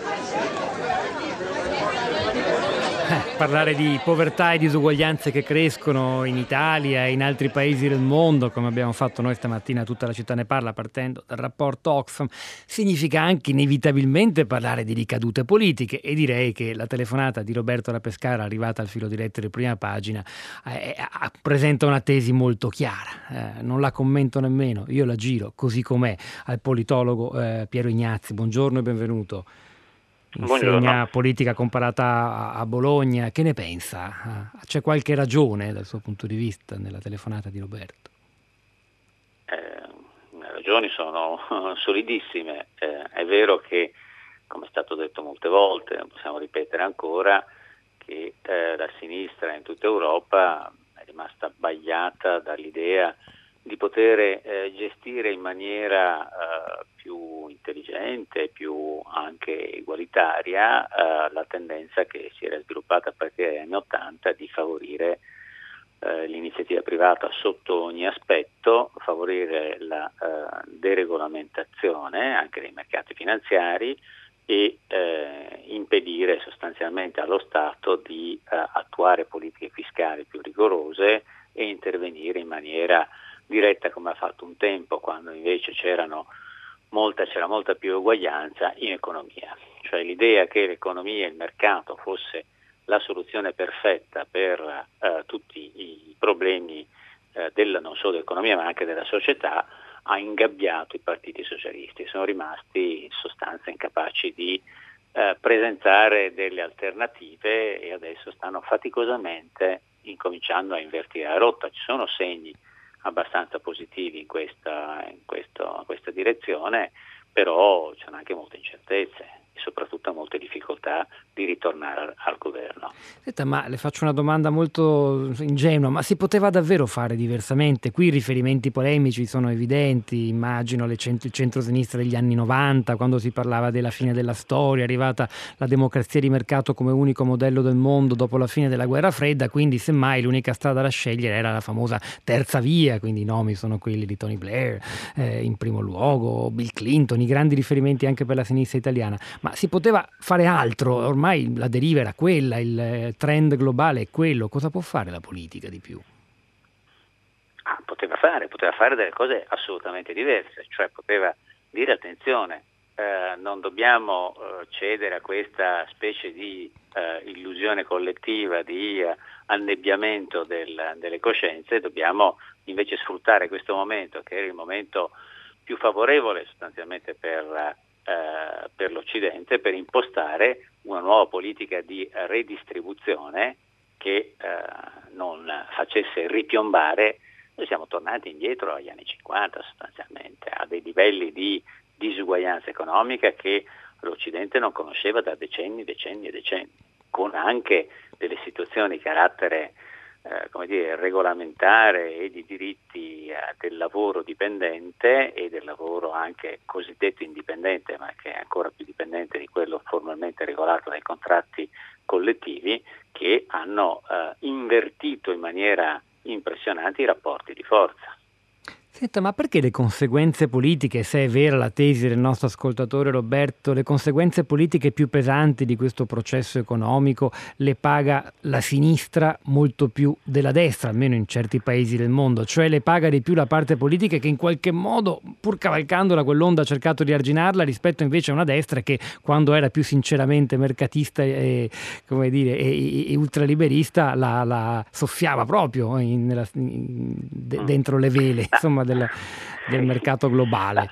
Eh, parlare di povertà e disuguaglianze che crescono in Italia e in altri paesi del mondo, come abbiamo fatto noi stamattina, Tutta la città ne parla, partendo dal rapporto Oxfam, significa anche inevitabilmente parlare di ricadute politiche, e direi che la telefonata di Roberto da Pescara, arrivata al filo diretto di Prima Pagina, eh, presenta una tesi molto chiara, eh, non la commento nemmeno, io la giro così com'è al politologo eh, Piero Ignazzi. Buongiorno e benvenuto. Insegna Buongiorno. Politica comparata a Bologna, che ne pensa? C'è qualche ragione dal suo punto di vista nella telefonata di Roberto? Eh, le ragioni sono solidissime, eh, è vero che, come è stato detto molte volte, non possiamo ripetere ancora, che eh, la sinistra in tutta Europa è rimasta abbagliata dall'idea di poter eh, gestire in maniera eh, più intelligente, più anche egualitaria eh, la tendenza che si era sviluppata a partire dagli anni Ottanta di favorire eh, l'iniziativa privata sotto ogni aspetto, favorire la eh, deregolamentazione anche dei mercati finanziari e eh, impedire sostanzialmente allo Stato di eh, attuare politiche fiscali più rigorose e intervenire in maniera diretta, come ha fatto un tempo, quando invece c'erano molta, c'era molta più uguaglianza in economia. Cioè l'idea che l'economia e il mercato fosse la soluzione perfetta per eh, tutti i problemi eh, della, non solo dell'economia ma anche della società, ha ingabbiato i partiti socialisti, sono rimasti in sostanza incapaci di eh, presentare delle alternative e adesso stanno faticosamente incominciando a invertire la rotta. Ci sono segni abbastanza positivi in questa, in questo, in questa direzione, però ci sono anche molte incertezze e soprattutto molte difficoltà di ritornare al, al governo. Senta, ma le faccio una domanda molto ingenua, ma si poteva davvero fare diversamente? Qui i riferimenti polemici sono evidenti, immagino le cent- il centro-sinistra degli anni novanta, quando si parlava della fine della storia, è arrivata la democrazia di mercato come unico modello del mondo dopo la fine della guerra fredda, quindi semmai l'unica strada da scegliere era la famosa terza via, quindi i nomi sono quelli di Tony Blair, eh, in primo luogo Bill Clinton, i grandi riferimenti anche per la sinistra italiana. Ma si poteva fare altro? Ormai la deriva era quella, il trend globale è quello. Cosa può fare la politica di più? Ah, poteva fare, poteva fare delle cose assolutamente diverse, cioè poteva dire attenzione, eh, non dobbiamo eh, cedere a questa specie di eh, illusione collettiva, di eh, annebbiamento del, delle coscienze, dobbiamo invece sfruttare questo momento che era il momento più favorevole sostanzialmente per Eh, per l'Occidente, per impostare una nuova politica di redistribuzione che eh, non facesse ripiombare. Noi siamo tornati indietro agli anni cinquanta sostanzialmente, a dei livelli di disuguaglianza economica che l'Occidente non conosceva da decenni, decenni e decenni, con anche delle situazioni di carattere Eh, come dire, regolamentare e di diritti eh, del lavoro dipendente e del lavoro anche cosiddetto indipendente, ma che è ancora più dipendente di quello formalmente regolato dai contratti collettivi, che hanno eh, invertito in maniera impressionante i rapporti di forza. Senta, ma perché le conseguenze politiche, se è vera la tesi del nostro ascoltatore Roberto, le conseguenze politiche più pesanti di questo processo economico le paga la sinistra molto più della destra, almeno in certi paesi del mondo, cioè le paga di più la parte politica che in qualche modo, pur cavalcandola quell'onda, ha cercato di arginarla, rispetto invece a una destra che quando era più sinceramente mercatista e, come dire, e, e ultraliberista la, la soffiava proprio in, nella, in, de, dentro le vele, insomma, Del, del mercato globale.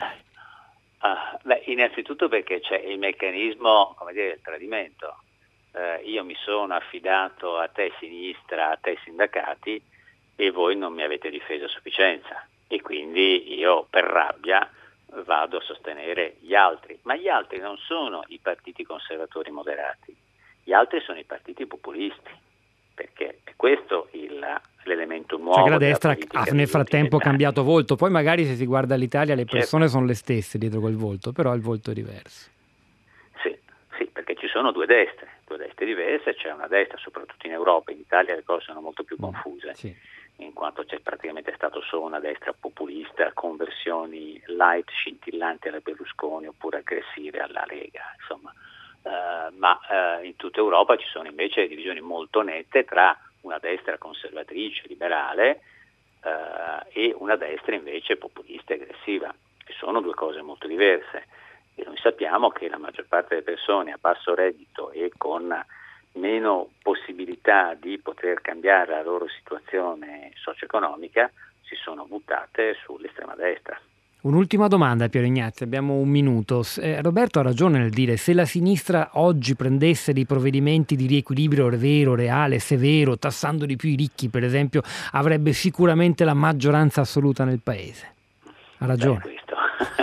Ah, beh, innanzitutto perché c'è il meccanismo, come dire, del tradimento. Eh, io mi sono affidato a te sinistra, a te sindacati, e voi non mi avete difeso a sufficienza, e quindi io per rabbia vado a sostenere gli altri. Ma gli altri non sono i partiti conservatori moderati, gli altri sono i partiti populisti, perché è questo il l'elemento nuovo. Cioè che la destra ha nel frattempo cambiato volto, poi magari se si guarda l'Italia le persone certo. sono le stesse dietro quel volto, però il volto è diverso. Sì, sì, perché ci sono due destre, due destre diverse, c'è una destra soprattutto in Europa, in Italia le cose sono molto più confuse, sì. in quanto c'è praticamente stato solo una destra populista con versioni light, scintillanti alla Berlusconi oppure aggressive alla Lega, insomma. Uh, ma uh, in tutta Europa ci sono invece divisioni molto nette tra una destra conservatrice, liberale uh, e una destra invece populista e aggressiva, che sono due cose molto diverse, e noi sappiamo che la maggior parte delle persone a basso reddito e con meno possibilità di poter cambiare la loro situazione socio-economica si sono buttate sull'estrema destra. Un'ultima domanda, Piero Ignazio, abbiamo un minuto. Eh, Roberto ha ragione nel dire, se la sinistra oggi prendesse dei provvedimenti di riequilibrio vero, reale, severo, tassando di più i ricchi per esempio, avrebbe sicuramente la maggioranza assoluta nel paese. Ha ragione. Beh, questo,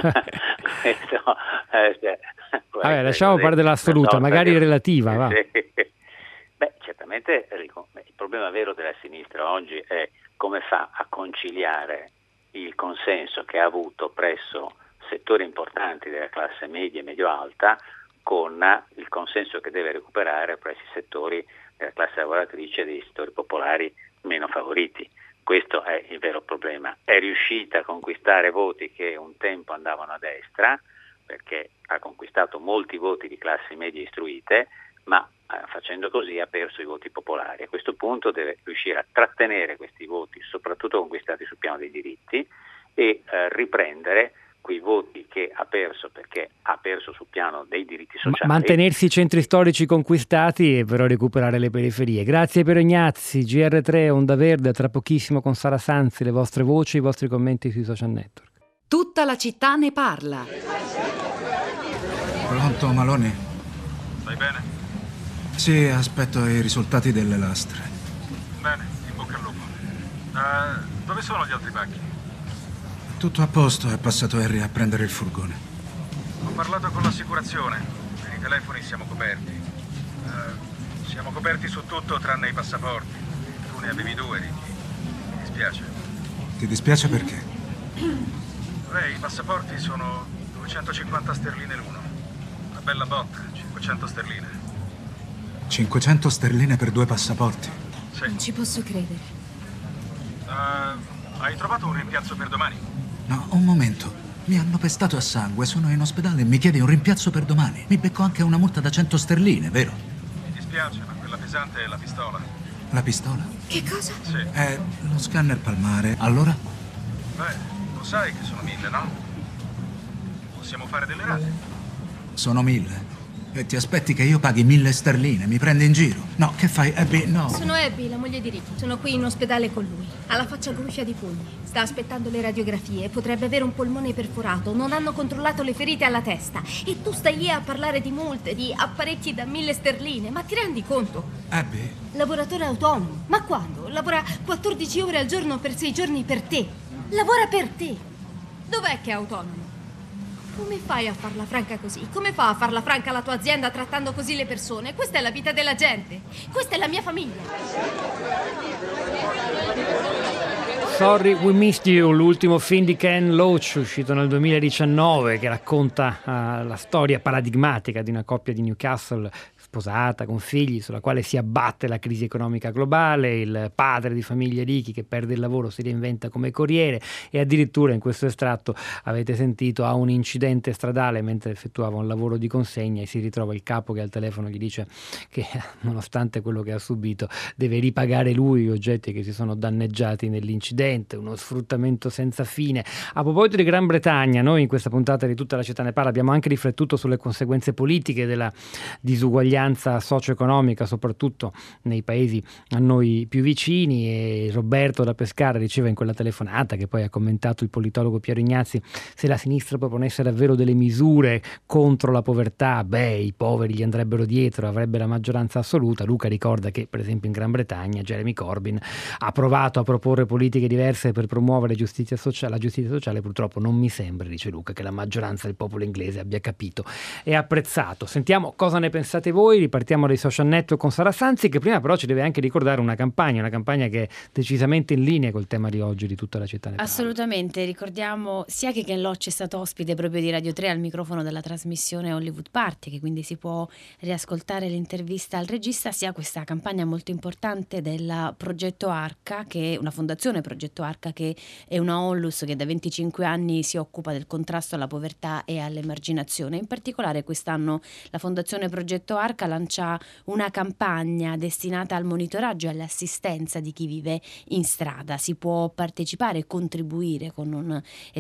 questo eh, cioè, Vabbè, lasciamo perdere l'assoluta, magari di... relativa. Va. Beh, certamente il problema vero della sinistra oggi è come fa a conciliare il consenso che ha avuto presso settori importanti della classe media e medio-alta con il consenso che deve recuperare presso i settori della classe lavoratrice e dei settori popolari meno favoriti. Questo è il vero problema. È riuscita a conquistare voti che un tempo andavano a destra, perché ha conquistato molti voti di classi medie istruite, ma eh, facendo così ha perso i voti popolari. A questo punto deve riuscire a trattenere questi voti, soprattutto conquistati sul piano dei diritti, e eh, riprendere quei voti che ha perso perché ha perso sul piano dei diritti sociali. Mantenersi i centri storici conquistati e però recuperare le periferie. Grazie Piero Ignazzi, G R tre, Onda Verde, tra pochissimo con Sara Sanzi, le vostre voci, i vostri commenti sui social network. Tutta la città ne parla. Pronto, Malone? Stai bene? Sì, aspetto i risultati delle lastre. Bene, in bocca al lupo. Uh, dove sono gli altri pacchi? Tutto a posto, è passato Harry a prendere il furgone. Ho parlato con l'assicurazione. Per i telefoni siamo coperti. Uh, siamo coperti su tutto tranne i passaporti. Tu ne avevi due, Ricky. Mi dispiace. Ti dispiace perché? Beh, i passaporti sono duecentocinquanta sterline l'uno. Una bella botta, cinquecento sterline. cinquecento sterline per due passaporti? Sì. Non ci posso credere. Uh, hai trovato un rimpiazzo per domani? No, un momento. Mi hanno pestato a sangue, sono in ospedale e mi chiedi un rimpiazzo per domani. Mi becco anche una multa da cento sterline, vero? Mi dispiace, ma quella pesante è la pistola. La pistola? Che cosa? Sì. È lo scanner palmare. Allora? Beh, lo sai che sono mille, no? Possiamo fare delle rate. Sono mille? E ti aspetti che io paghi mille sterline? Mi prendi in giro? No, che fai, Abby? No. Sono Abby, la moglie di Ricky. Sono qui in ospedale con lui. Ha la faccia gonfia di pugni. Sta aspettando le radiografie. Potrebbe avere un polmone perforato. Non hanno controllato le ferite alla testa. E tu stai lì a parlare di multe, di apparecchi da mille sterline. Ma ti rendi conto? Abby? Lavoratore autonomo. Ma quando? Lavora quattordici ore al giorno per sei giorni per te. Lavora per te. Dov'è che è autonomo? Come fai a farla franca così? Come fa a farla franca la tua azienda trattando così le persone? Questa è la vita della gente. Questa è la mia famiglia. Sorry We Missed You, l'ultimo film di Ken Loach uscito nel duemiladiciannove che racconta uh, la storia paradigmatica di una coppia di Newcastle sposata, con figli, sulla quale si abbatte la crisi economica globale, il padre di famiglia ricchi che perde il lavoro si reinventa come corriere e addirittura in questo estratto avete sentito ha un incidente stradale mentre effettuava un lavoro di consegna e si ritrova il capo che al telefono gli dice che nonostante quello che ha subito deve ripagare lui gli oggetti che si sono danneggiati nell'incidente, uno sfruttamento senza fine. A proposito di Gran Bretagna, noi in questa puntata di Tutta la città ne parla abbiamo anche riflettuto sulle conseguenze politiche della disuguaglianza socio-economica, soprattutto nei paesi a noi più vicini, e Roberto da Pescara diceva in quella telefonata, che poi ha commentato il politologo Piero Ignazzi, se la sinistra proponesse davvero delle misure contro la povertà, beh, i poveri gli andrebbero dietro, avrebbe la maggioranza assoluta. Luca ricorda che per esempio in Gran Bretagna Jeremy Corbyn ha provato a proporre politiche diverse per promuovere giustizia sociale, la giustizia sociale. Purtroppo non mi sembra, dice Luca, che la maggioranza del popolo inglese abbia capito e apprezzato. Sentiamo cosa ne pensate voi. Ripartiamo dai social network con Sara Sanzi, che prima però ci deve anche ricordare una campagna, una campagna che è decisamente in linea col tema di oggi di Tutta la città ne parla. Assolutamente, ricordiamo sia che Ken Loach è stato ospite proprio di Radio tre al microfono della trasmissione Hollywood Party, che quindi si può riascoltare l'intervista al regista, sia questa campagna molto importante del Progetto Arca, che è una fondazione Progetto Arca, che è una onlus che da venticinque anni si occupa del contrasto alla povertà e all'emarginazione. In particolare quest'anno la fondazione Progetto Arca lancia una campagna destinata al monitoraggio e all'assistenza di chi vive in strada. Si può partecipare e contribuire con un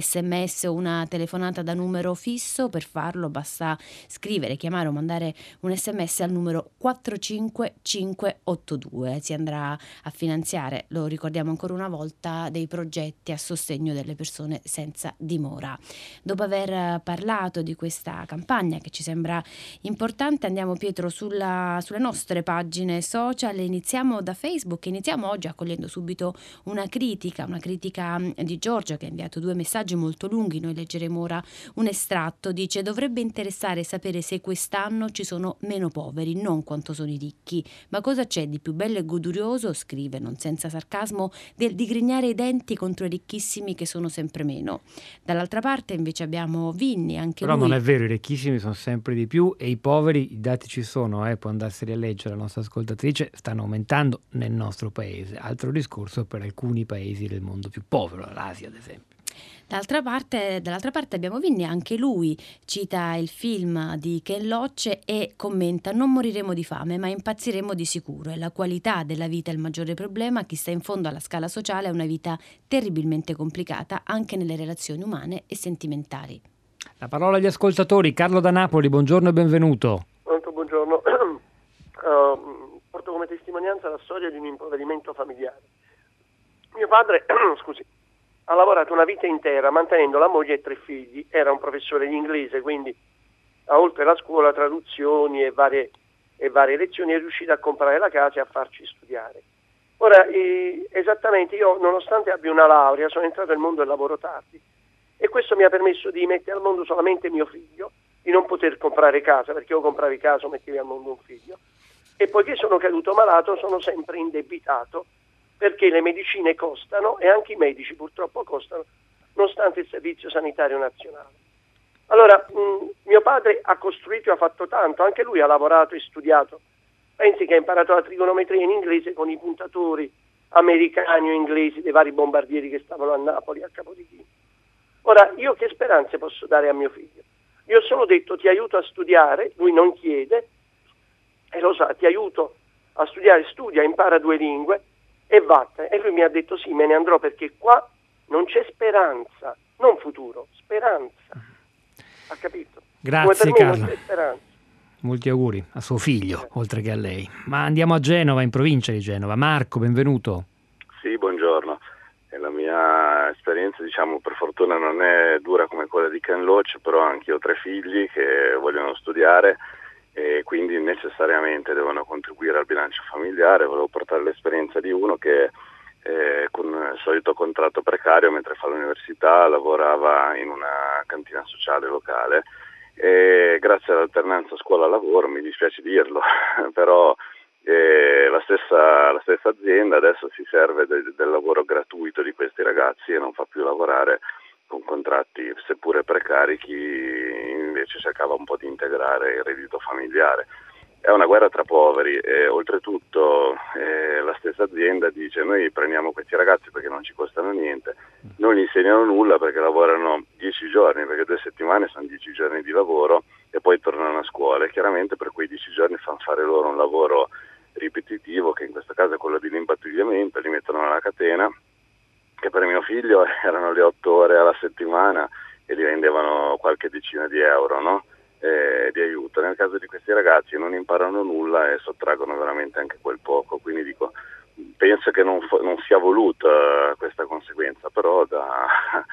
sms o una telefonata da numero fisso. Per farlo basta scrivere, chiamare o mandare un sms al numero quattro cinque cinque otto due. Si andrà a finanziare, lo ricordiamo ancora una volta, dei progetti a sostegno delle persone senza dimora. Dopo aver parlato di questa campagna che ci sembra importante, andiamo Pietro sulla, sulle nostre pagine social. Iniziamo da Facebook, iniziamo oggi accogliendo subito una critica, una critica di Giorgio, che ha inviato due messaggi molto lunghi, noi leggeremo ora un estratto. Dice: dovrebbe interessare sapere se quest'anno ci sono meno poveri, non quanto sono i ricchi, ma cosa c'è di più bello e godurioso, scrive non senza sarcasmo, del digrignare i denti contro i ricchissimi che sono sempre meno. Dall'altra parte invece abbiamo Vinni, anche però lui. Non è vero, i ricchissimi sono sempre di più e i poveri, i dati ci sono, eh, può andarseli a leggere la nostra ascoltatrice, stanno aumentando nel nostro paese. Altro discorso per alcuni paesi del mondo più povero, l'Asia ad esempio. D'altra parte, dall'altra parte abbiamo Vinni, anche lui cita il film di Ken Loach e commenta: non moriremo di fame ma impazziremo di sicuro, e la qualità della vita è il maggiore problema, chi sta in fondo alla scala sociale ha una vita terribilmente complicata anche nelle relazioni umane e sentimentali. La parola agli ascoltatori. Carlo da Napoli, buongiorno e benvenuto. Buongiorno, uh, porto come testimonianza la storia di un impoverimento familiare. Mio padre, scusi, ha lavorato una vita intera mantenendo la moglie e tre figli, era un professore di inglese, quindi oltre la scuola, traduzioni e varie, e varie lezioni, è riuscita a comprare la casa e a farci studiare. Ora, eh, esattamente, io nonostante abbia una laurea, sono entrato nel mondo del lavoro tardi e questo mi ha permesso di mettere al mondo solamente mio figlio, di non poter comprare casa, perché io compravi casa o mettevi al mondo un figlio, e poiché sono caduto malato sono sempre indebitato, perché le medicine costano e anche i medici purtroppo costano, nonostante il servizio sanitario nazionale. Allora, mh, mio padre ha costruito e ha fatto tanto, anche lui ha lavorato e studiato. Pensi che ha imparato la trigonometria in inglese con i puntatori americani o inglesi dei vari bombardieri che stavano a Napoli, a Capodichino. Ora, io che speranze posso dare a mio figlio? Io ho solo detto ti aiuto a studiare, lui non chiede, e lo sa, ti aiuto a studiare, studia, impara due lingue e vattene. E lui mi ha detto sì, me ne andrò perché qua non c'è speranza, non futuro, speranza. Ha capito? Grazie Come per me Carlo. non c'è speranza. Molti auguri a suo figlio, oltre che a lei. Ma andiamo a Genova, in provincia di Genova. Marco, benvenuto. Sì, buongiorno. E la mia esperienza, diciamo, per fortuna non è dura come quella di Ken Loach, però anch'io ho tre figli che vogliono studiare e quindi necessariamente devono contribuire al bilancio familiare. Volevo portare l'esperienza di uno che eh, con il solito contratto precario, mentre fa l'università, lavorava in una cantina sociale locale e grazie all'alternanza scuola-lavoro, mi dispiace dirlo, però eh, la, stessa, la stessa azienda adesso si serve de, del lavoro gratuito di questi ragazzi e non fa più lavorare con contratti seppure precari chi invece cercava un po' di integrare il reddito familiare. È una guerra tra poveri e oltretutto eh, la stessa azienda dice noi prendiamo questi ragazzi perché non ci costano niente, non gli insegnano nulla perché lavorano dieci giorni, perché due settimane sono dieci giorni di lavoro e poi tornano a scuola e chiaramente per quei dieci giorni fanno fare loro un lavoro ripetitivo che in questo caso è quello di l'impattugliamento, li mettono nella catena che per mio figlio erano le otto ore alla settimana e gli rendevano qualche decina di euro, no? Eh, di aiuto. Nel caso di questi ragazzi non imparano nulla e sottraggono veramente anche quel poco, quindi dico, penso che non, fo- non sia voluta questa conseguenza, però da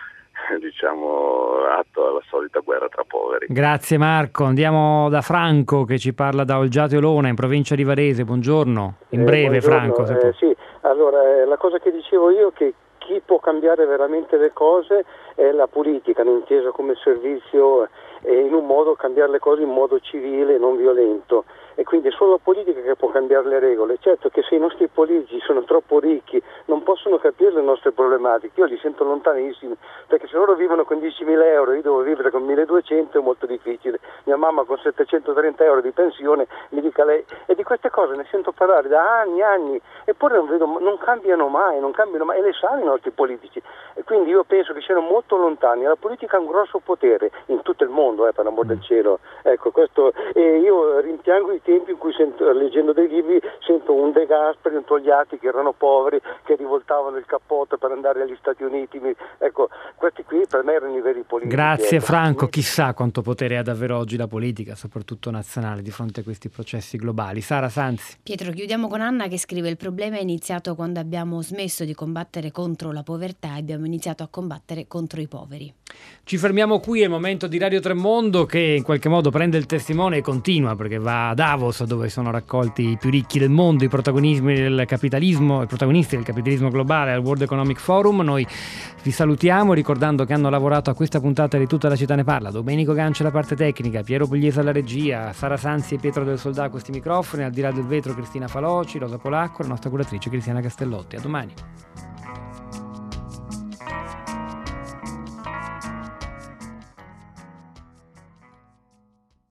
diciamo atto alla solita guerra tra poveri. Grazie Marco, andiamo da Franco che ci parla da Olgiate Olona in provincia di Varese. Buongiorno, in breve eh, Franco. Se eh, può. sì, allora eh, la cosa che dicevo io è che chi può cambiare veramente le cose è la politica, non intesa come servizio e in un modo cambiare le cose in modo civile e non violento, e quindi è solo la politica che può cambiare le regole. Certo che se i nostri politici sono troppo ricchi non possono capire le nostre problematiche, io li sento lontanissimi, perché se loro vivono con diecimila euro io devo vivere con milleduecento, è molto difficile. Mia mamma con settecentotrenta euro di pensione, mi dica lei, e di queste cose ne sento parlare da anni e anni, eppure non, vedo, non cambiano mai, non cambiano mai, e le sanno i nostri politici, e quindi io penso che siano molto lontani. La politica ha un grosso potere in tutto il mondo, eh, per l'amor del cielo, ecco questo, e io rimpiango i tempi in cui sento, leggendo dei libri sento un De Gasperi, un Togliatti che erano poveri, che rivoltavano il cappotto per andare agli Stati Uniti, ecco questi qui per me erano i veri politici. Grazie ecco. Franco, chissà quanto potere ha davvero oggi la politica, soprattutto nazionale, di fronte a questi processi globali. Sara Sanzi. Pietro, chiudiamo con Anna che scrive: il problema è iniziato quando abbiamo smesso di combattere contro la povertà e abbiamo iniziato a combattere contro i poveri. Ci fermiamo qui, è il momento di Radio Tremondo che in qualche modo prende il testimone e continua, perché va a Davos dove sono raccolti i più ricchi del mondo, i protagonismi del capitalismo, i protagonisti del capitalismo globale al World Economic Forum. Noi vi salutiamo ricordando che hanno lavorato a questa puntata di Tutta la città ne parla Domenico Gancia alla parte tecnica, Piero Pugliese alla regia, Sara Sanzi e Pietro del Soldà a questi microfoni, al di là del vetro Cristina Faloci, Rosa Polacco, la nostra curatrice Cristiana Castellotti. A domani.